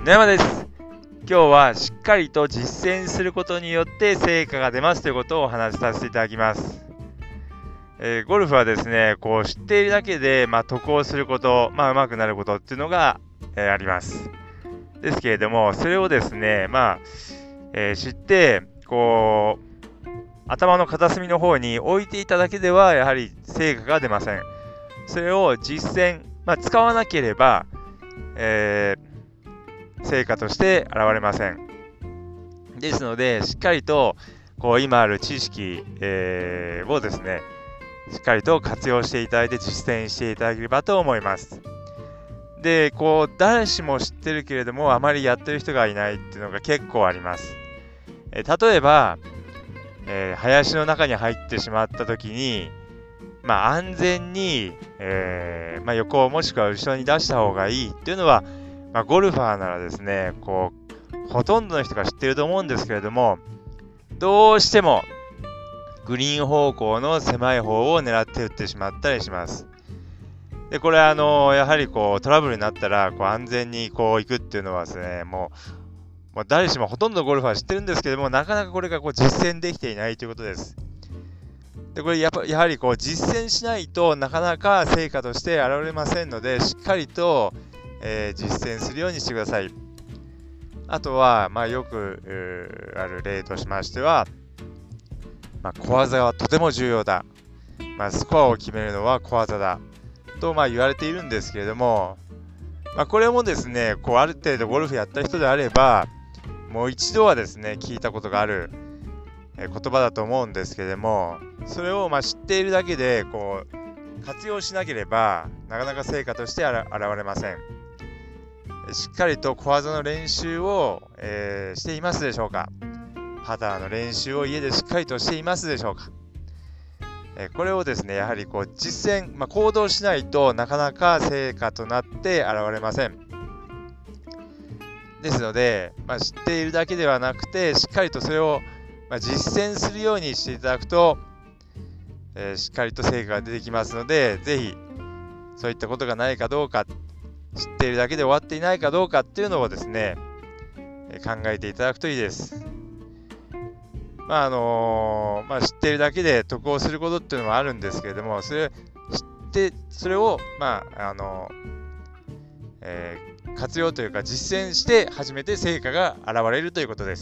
野山です。今日はしっかりと実践することによって成果が出ますということをお話しさせていただきます。ゴルフはですね、知っているだけで、得をすること、上手くなることっていうのが、あります。ですけれども、それをですね、知って、頭の片隅の方に置いていただけでは、やはり成果が出ません。それを実践、使わなければ、成果として現れません。ですので、しっかりと今ある知識、をですね、しっかりと活用していただいて実践していただければと思います。で、誰しも知ってるけれども、あまりやってる人がいないっていうのが結構あります。例えば、林の中に入ってしまった時に、安全に、横もしくは後ろに出した方がいいっていうのは、ゴルファーならですね、ほとんどの人が知っていると思うんですけれども、どうしてもグリーン方向の狭い方を狙って打ってしまったりします。で、これやはりトラブルになったら安全に行くっていうのはですね、もう誰しもほとんどのゴルファー知ってるんですけども、なかなかこれが実践できていないということです。で、これやはり実践しないとなかなか成果として現れませんので、しっかりと実践するようにしてください。あとは、よくある例としましては、小技はとても重要だ。スコアを決めるのは小技だ。と言われているんですけれども、これもですね、ある程度ゴルフやった人であれば、もう一度はですね、聞いたことがある言葉だと思うんですけれども、それを知っているだけで活用しなければ、なかなか成果として現れません。しっかりと小技の練習を、していますでしょうか？パターの練習を家でしっかりとしていますでしょうか？これをですね、やはり実践、行動しないとなかなか成果となって現れません。ですので、知っているだけではなくて、しっかりとそれを、実践するようにしていただくと、しっかりと成果が出てきますので、ぜひそういったことがないかどうか、知っているだけで終わっていないかどうかっていうのをですね、考えていただくといいです。知っているだけで得をすることっていうのもあるんですけれども、それを活用というか実践して初めて成果が現れるということです。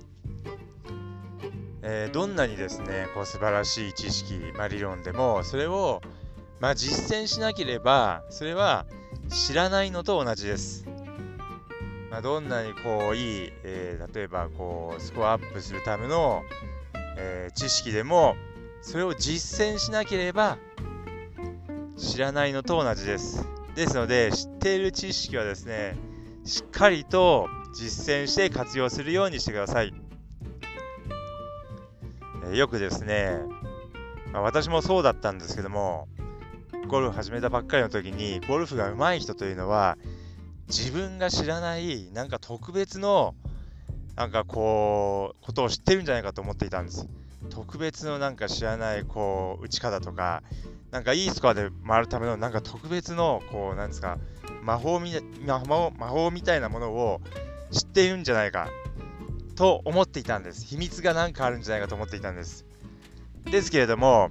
どんなにですね、素晴らしい知識、理論でもそれを実践しなければ、それは知らないのと同じです。どんなにいい、例えばスコアアップするための、知識でもそれを実践しなければ知らないのと同じです。ですので、知っている知識はですね、しっかりと実践して活用するようにしてください。よくですね、私もそうだったんですけども、ゴルフ始めたばっかりの時に、ゴルフが上手い人というのは、自分が知らない特別のことを知ってるんじゃないかと思っていたんです。特別の知らない打ち方とか、いいスコアで回るための特別の魔法みたいなものを知っているんじゃないかと思っていたんです。秘密があるんじゃないかと思っていたんです。ですけれども、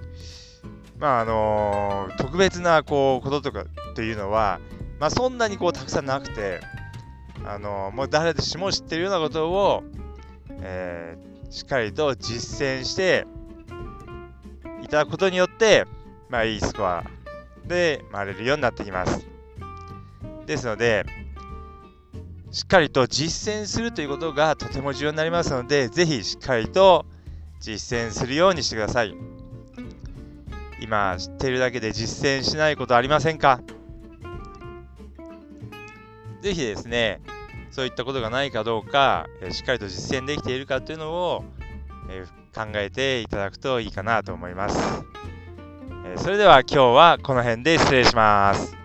特別なこととかというのは、そんなにたくさんなくて、もう誰しも知っているようなことを、しっかりと実践していただくことによって、いいスコアで回れるようになってきます。ですので、しっかりと実践するということがとても重要になりますので、ぜひしっかりと実践するようにしてください。今知っているだけで実践しないことありませんか？ぜひですね、そういったことがないかどうか、しっかりと実践できているかというのを、考えていただくといいかなと思います。それでは今日はこの辺で失礼します。